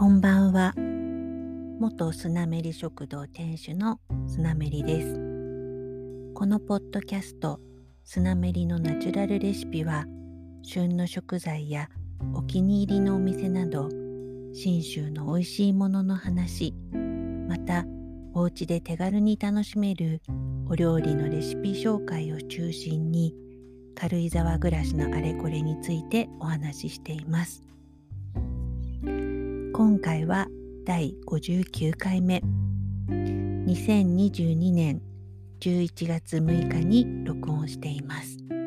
こんばんは。元スナメリ食堂店主のスナメリです。このポッドキャストスナメリのナチュラルレシピは、旬の食材やお気に入りのお店など信州の美味しいものの話、またお家で手軽に楽しめるお料理のレシピ紹介を中心に、軽井沢暮らしのあれこれについてお話ししています。今回は第59回目、2022年11月6日に録音しています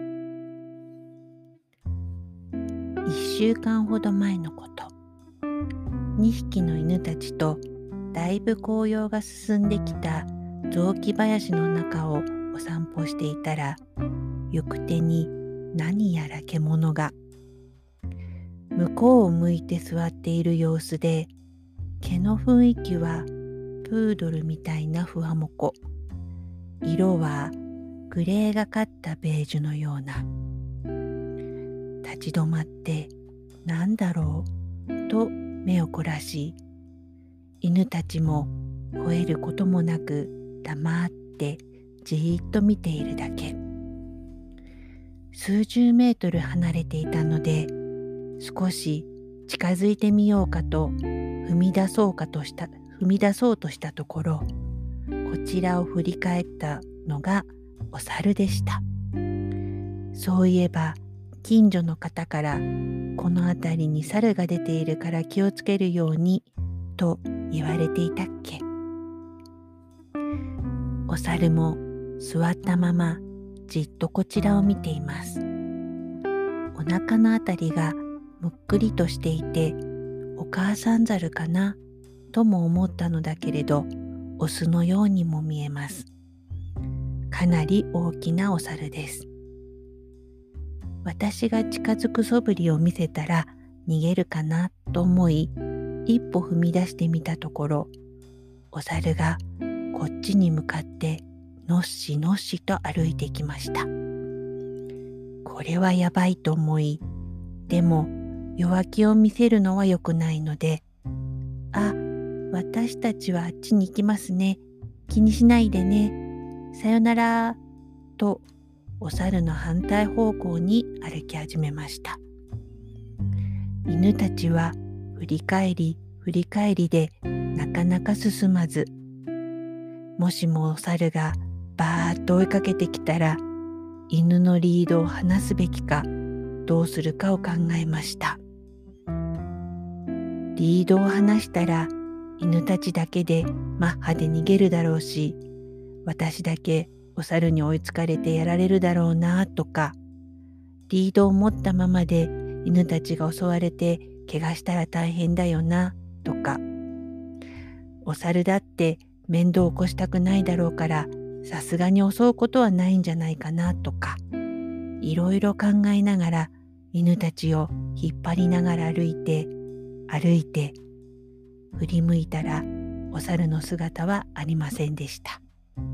。1週間ほど前のこと、2匹の犬たちとだいぶ紅葉が進んできた雑木林の中をお散歩していたら、行く手に何やら獣が。向こうを向いて座っている様子で、毛の雰囲気はプードルみたいなふわもこ、色はグレーがかったベージュのような。立ち止まってなんだろうと目を凝らし、犬たちも吠えることもなく黙ってじーっと見ているだけ。数十メートル離れていたので、少し近づいてみようかと踏み出そうとしたところ、こちらを振り返ったのがお猿でした。そういえば近所の方から、この辺りに猿が出ているから気をつけるようにと言われていたっけ。お猿も座ったままじっとこちらを見ています。お腹のあたりがむっくりとしていて、お母さん猿かなとも思ったのだけれど、オスのようにも見えます。かなり大きなお猿です。私が近づく素振りを見せたら逃げるかなと思い、一歩踏み出してみたところ、お猿がこっちに向かってのっしのっしと歩いてきました。これはやばいと思い、でも弱気を見せるのは良くないので、私たちはあっちに行きますね。気にしないでね。さよなら。と、お猿の反対方向に歩き始めました。犬たちは振り返りでなかなか進まず、もしもお猿がバーッと追いかけてきたら、犬のリードを離すべきか、どうするかを考えました。リードを離したら犬たちだけでマッハで逃げるだろうし、私だけお猿に追いつかれてやられるだろうなとか、リードを持ったままで犬たちが襲われて怪我したら大変だよなとか、お猿だって面倒を起こしたくないだろうから、さすがに襲うことはないんじゃないかなとか、いろいろ考えながら犬たちを引っ張りながら歩いて、振り向いたらお猿の姿はありませんでした。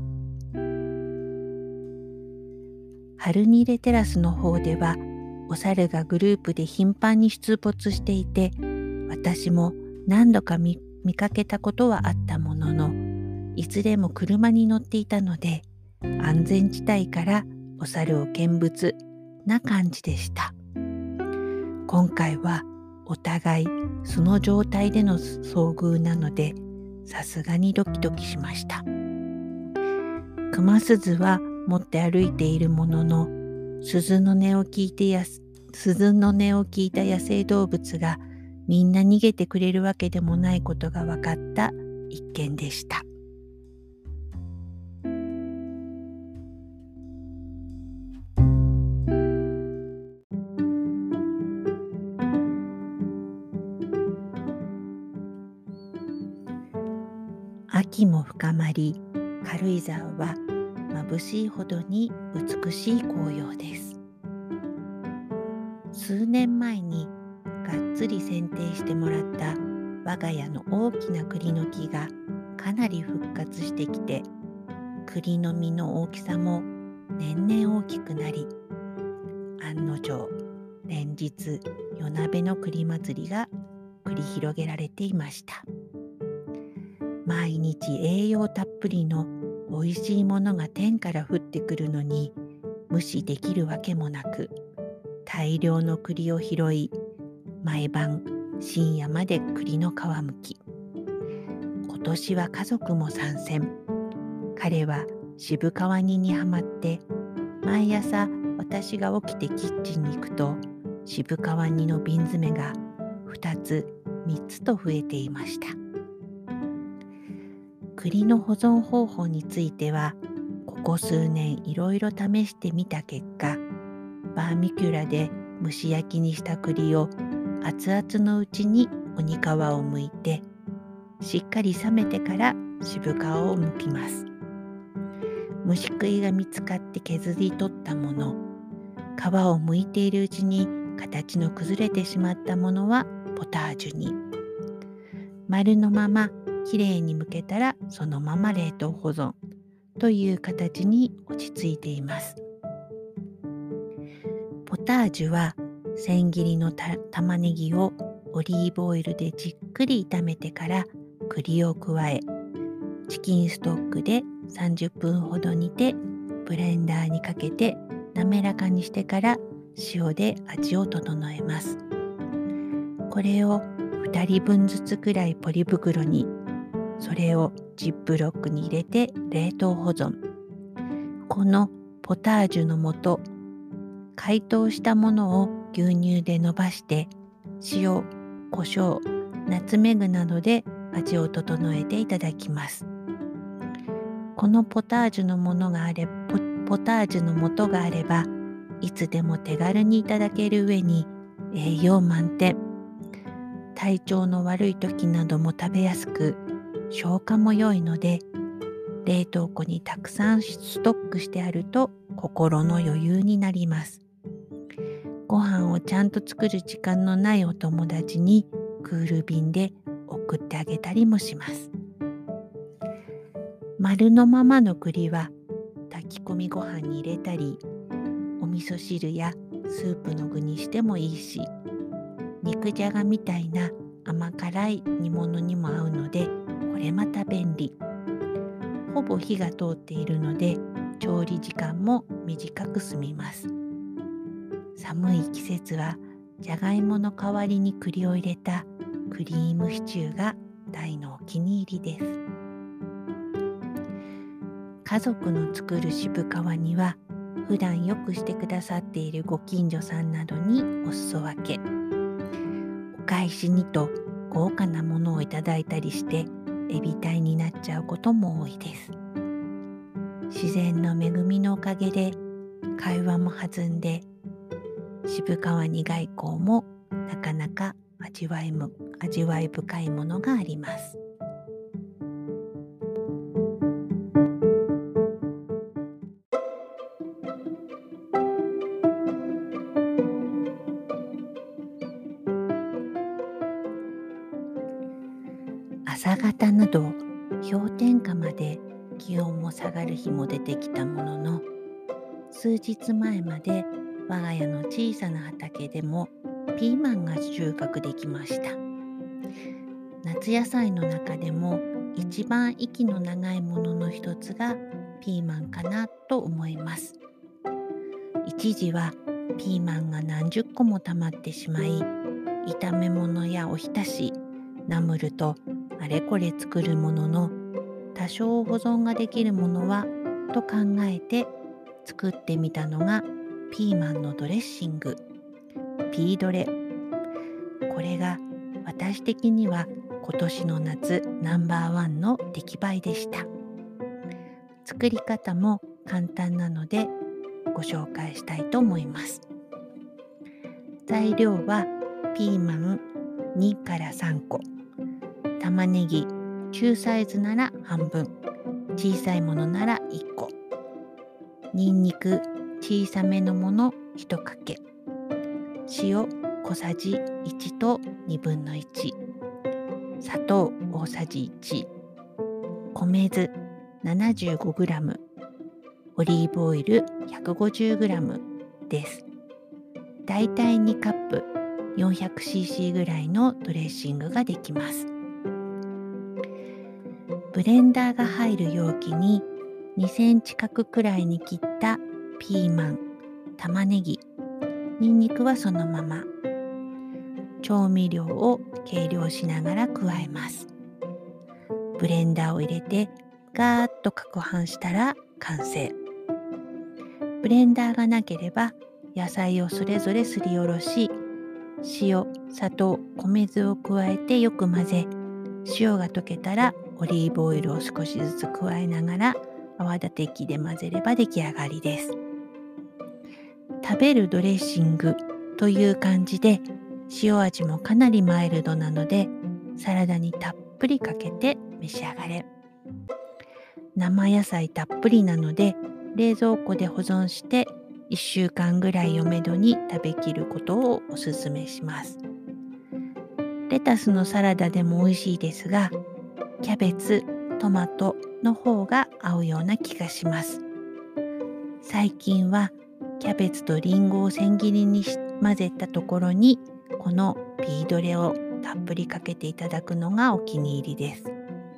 ハルニレテラスの方ではお猿がグループで頻繁に出没していて、私も何度か見かけたことはあったものの、いずれも車に乗っていたので、安全地帯からお猿を見物な感じでした。今回はお互いその状態での遭遇なので、さすがにドキドキしました。クマスズは持って歩いているものの、鈴の音を聞いた野生動物がみんな逃げてくれるわけでもないことが分かった一件でした。秋も深まり、軽井沢は眩しいほどに美しい紅葉です。数年前にがっつり剪定してもらった我が家の大きな栗の木がかなり復活してきて、栗の実の大きさも年々大きくなり、案の定連日夜鍋の栗祭りが繰繰り広げられていました。毎日栄養たっぷりのおいしいものが天から降ってくるのに無視できるわけもなく、大量の栗を拾い、毎晩深夜まで栗の皮むき。今年は家族も参戦。彼は渋皮煮にはまって、毎朝私が起きてキッチンに行くと、渋皮煮の瓶詰めが2つ3つと増えていました。栗の保存方法については、ここ数年いろいろ試してみた結果、バーミキュラで蒸し焼きにした栗を熱々のうちに鬼皮を剥いて、しっかり冷めてから渋皮を剥きます。虫食いが見つかって削り取ったもの、皮を剥いているうちに形の崩れてしまったものはポタージュに。丸のままきれいに剥けたらそのまま冷凍保存という形に落ち着いています。ポタージュは千切りの玉ねぎをオリーブオイルでじっくり炒めてから栗を加え、チキンストックで30分ほど煮てブレンダーにかけて滑らかにしてから塩で味を整えます。これを2人分ずつくらいポリ袋に、それをジップロックに入れて冷凍保存。このポタージュの素、解凍したものを牛乳で伸ばして塩、胡椒、ナツメグなどで味を整えていただきます。このポタージュの素があればいつでも手軽にいただける上に栄養満点。体調の悪い時なども食べやすく、消化も良いので、冷凍庫にたくさんストックしてあると心の余裕になります。ご飯をちゃんと作る時間のないお友達にクール便で送ってあげたりもします。丸のままの栗は炊き込みご飯に入れたり、お味噌汁やスープの具にしてもいいし、肉じゃがみたいな甘辛い煮物にも合うので、これまた便利。ほぼ火が通っているので調理時間も短く済みます。寒い季節はじゃがいもの代わりに栗を入れたクリームシチューが大のお気に入りです。家族の作る渋皮煮は普段よくしてくださっているご近所さんなどにお裾分け。お返しにと豪華なものをいただいたりしてエビ体になっちゃうことも多いです。自然の恵みのおかげで会話も弾んで、渋皮煮外交もなかなか味わい深いものがあります。朝方など氷点下まで気温も下がる日も出てきたものの、数日前まで我が家の小さな畑でもピーマンが収穫できました。夏野菜の中でも一番息の長いものの一つがピーマンかなと思います。一時はピーマンが何十個も溜まってしまい、炒め物やおひたし、ナムルとあれこれ作るものの、多少保存ができるものはと考えて作ってみたのがピーマンのドレッシング、ピードレ。これが私的には今年の夏ナンバーワンの出来栄えでした。作り方も簡単なのでご紹介したいと思います。材料はピーマン2から3個、玉ねぎ中サイズなら半分、小さいものなら1個、にんにく小さめのもの1かけ、塩小さじ1と1/2、砂糖大さじ1、米酢 75g、オリーブオイル 150g です。だいたい2カップ、 400cc ぐらいのドレッシングができます。ブレンダーが入る容器に2センチ角くらいに切ったピーマン、玉ねぎ、ニンニクはそのまま、調味料を計量しながら加えます。ブレンダーを入れてガーッと攪拌したら完成。ブレンダーがなければ野菜をそれぞれすりおろし、塩、砂糖、米酢を加えてよく混ぜ、塩が溶けたらオリーブオイルを少しずつ加えながら泡立て器で混ぜれば出来上がりです。食べるドレッシングという感じで、塩味もかなりマイルドなので、サラダにたっぷりかけて召し上がれ。生野菜たっぷりなので、冷蔵庫で保存して1週間ぐらいをめどに食べきることをおすすめします。レタスのサラダでも美味しいですが、キャベツ、トマトの方が合うような気がします。最近はキャベツとリンゴを千切りに混ぜたところに、このピードレをたっぷりかけていただくのがお気に入りです。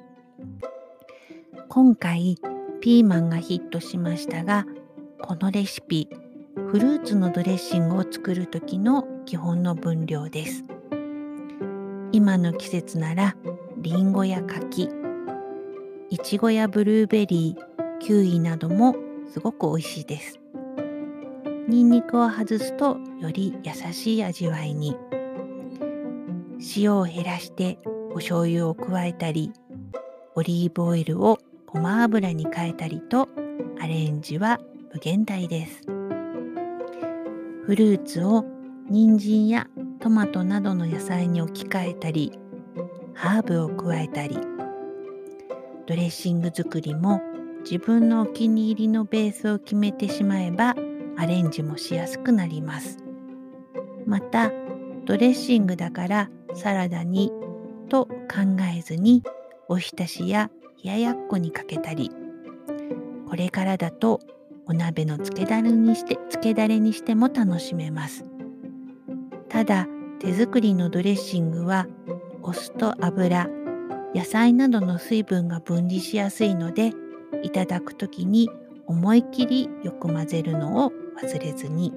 今回ピーマンがヒットしましたが、このレシピ、フルーツのドレッシングを作る時の基本の分量です。今の季節ならリンゴや柿、いちごやブルーベリー、キウイなどもすごく美味しいです。ニンニクを外すとより優しい味わいに。塩を減らしてお醤油を加えたり、オリーブオイルをごま油に変えたりと、アレンジは無限大です。フルーツを人参やトマトなどの野菜に置き換えたり、ハーブを加えたり、ドレッシング作りも自分のお気に入りのベースを決めてしまえばアレンジもしやすくなります。また、ドレッシングだからサラダにと考えずに、おひたしや冷ややっこにかけたり、これからだとお鍋の漬けだれにしても楽しめます。ただ、手作りのドレッシングはお酢と油、野菜などの水分が分離しやすいので、いただくときに思い切りよく混ぜるのを忘れずに。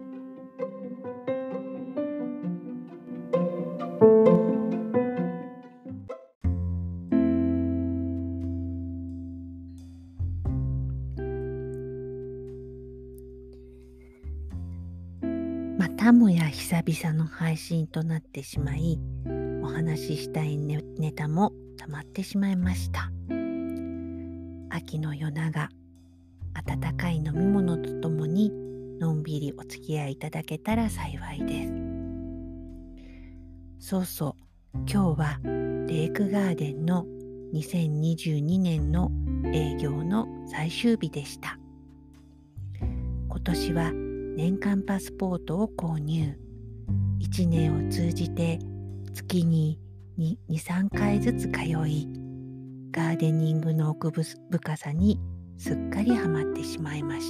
またもや久々の配信となってしまい、お話ししたいネタも溜まってしまいました。秋の夜長、温かい飲み物とともにのんびりお付き合いいただけたら幸いです。そうそう、今日はレイクガーデンの2022年の営業の最終日でした。今年は年間パスポートを購入。1年を通じて月に 2,3 回ずつ通い、ガーデニングの奥深さにすっかりハマってしまいました。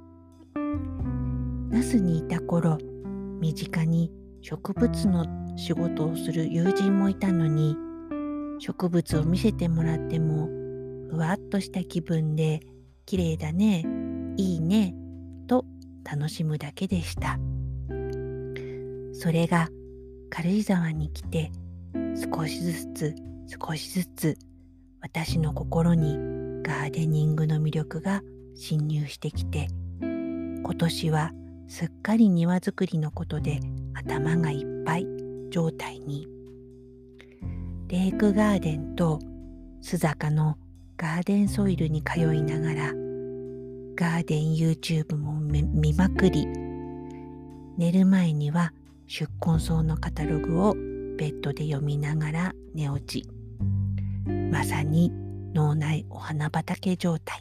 那須にいた頃、身近に植物の仕事をする友人もいたのに、植物を見せてもらってもふわっとした気分で、綺麗だね、いいねと楽しむだけでした。それが軽井沢に来て、少しずつ私の心にガーデニングの魅力が侵入してきて、今年はすっかり庭作りのことで頭がいっぱい状態に。レイクガーデンと須坂のガーデンソイルに通いながら、ガーデン YouTube も見まくり、寝る前には宿根草のカタログをベッドで読みながら寝落ち。まさに脳内お花畑状態。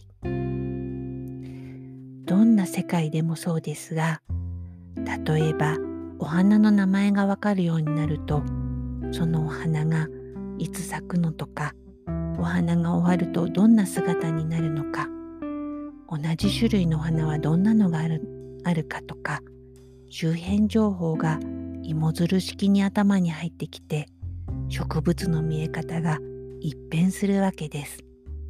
どんな世界でもそうですが、例えばお花の名前がわかるようになると、そのお花がいつ咲くのとか、お花が終わるとどんな姿になるのか、同じ種類のお花はどんなのがあるかとか、周辺情報が芋づる式に頭に入ってきて、植物の見え方が一変するわけです。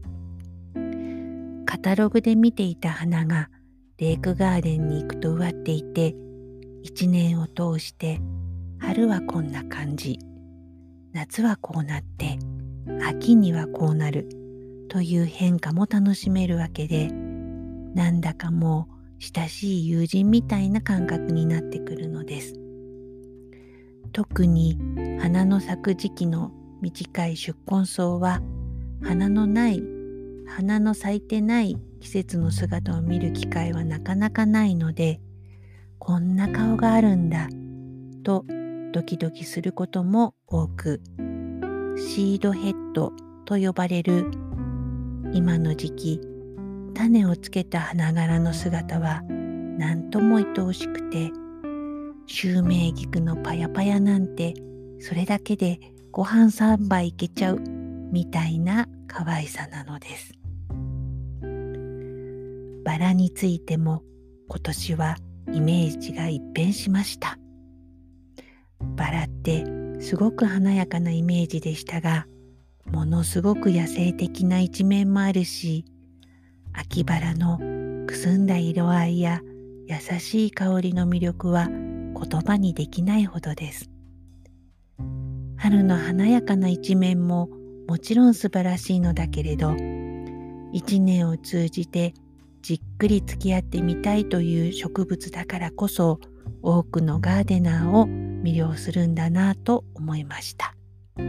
カタログで見ていた花がレイクガーデンに行くと植わっていて、一年を通して春はこんな感じ、夏はこうなって、秋にはこうなるという変化も楽しめるわけで、なんだかもう親しい友人みたいな感覚になってくるのです。特に花の咲く時期の短い宿根草は、花の咲いてない季節の姿を見る機会はなかなかないので、こんな顔があるんだとドキドキすることも多く、シードヘッドと呼ばれる今の時期、種をつけた花柄の姿はなんとも愛おしくて、シュウメイギクのパヤパヤなんてそれだけでご飯3杯いけちゃうみたいな可愛さなのです。バラについても今年はイメージが一変しました。バラってすごく華やかなイメージでしたが、ものすごく野生的な一面もあるし、秋バラのくすんだ色合いや優しい香りの魅力は言葉にできないほどです。春の華やかな一面ももちろん素晴らしいのだけれど、一年を通じてじっくり付き合ってみたいという植物だからこそ、多くのガーデナーを魅了するんだなと思いました。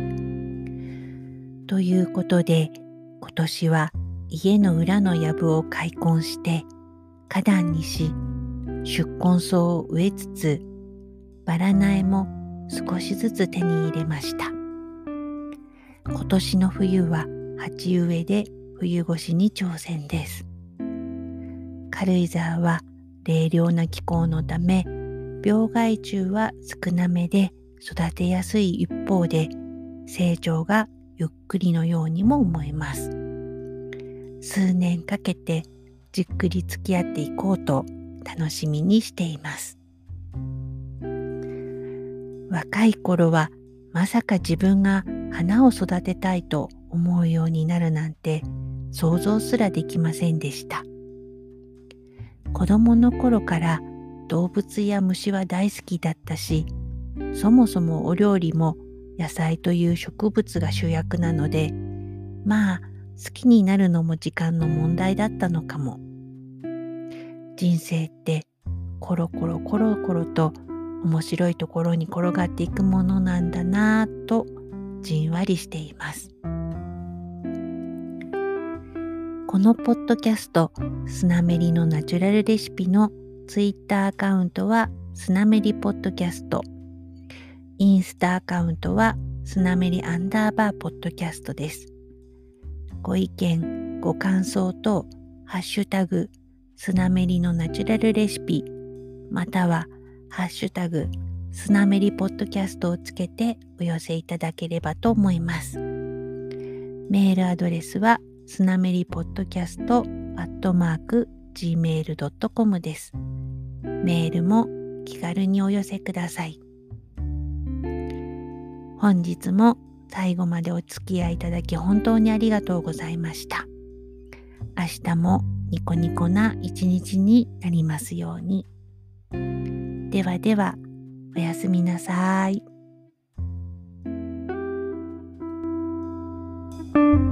ということで、今年は家の裏の藪を開墾して花壇にし、宿根草を植えつつ、バラ苗も少しずつ手に入れました。今年の冬は鉢植えで冬越しに挑戦です。軽井沢は冷涼な気候のため、病害虫は少なめで育てやすい一方で、成長がゆっくりのようにも思えます。数年かけてじっくり付き合っていこうと楽しみにしています。若い頃はまさか自分が花を育てたいと思うようになるなんて想像すらできませんでした。子供の頃から動物や虫は大好きだったし、そもそもお料理も野菜という植物が主役なので、まあ好きになるのも時間の問題だったのかも。人生ってコロコロコロコロと面白いところに転がっていくものなんだなぁとじんわりしています。このポッドキャストスナメリのナチュラルレシピのツイッターアカウントはスナメリポッドキャスト、インスタアカウントはスナメリ_ポッドキャストです。ご意見ご感想とハッシュタグスナメリのナチュラルレシピ、またはハッシュタグスナメリポッドキャストをつけてお寄せいただければと思います。メールアドレスはスナメリポッドキャスト@gmail.com です。メールも気軽にお寄せください。本日も最後までお付き合いいただき本当にありがとうございました。明日もニコニコな一日になりますように。ではでは、おやすみなさい。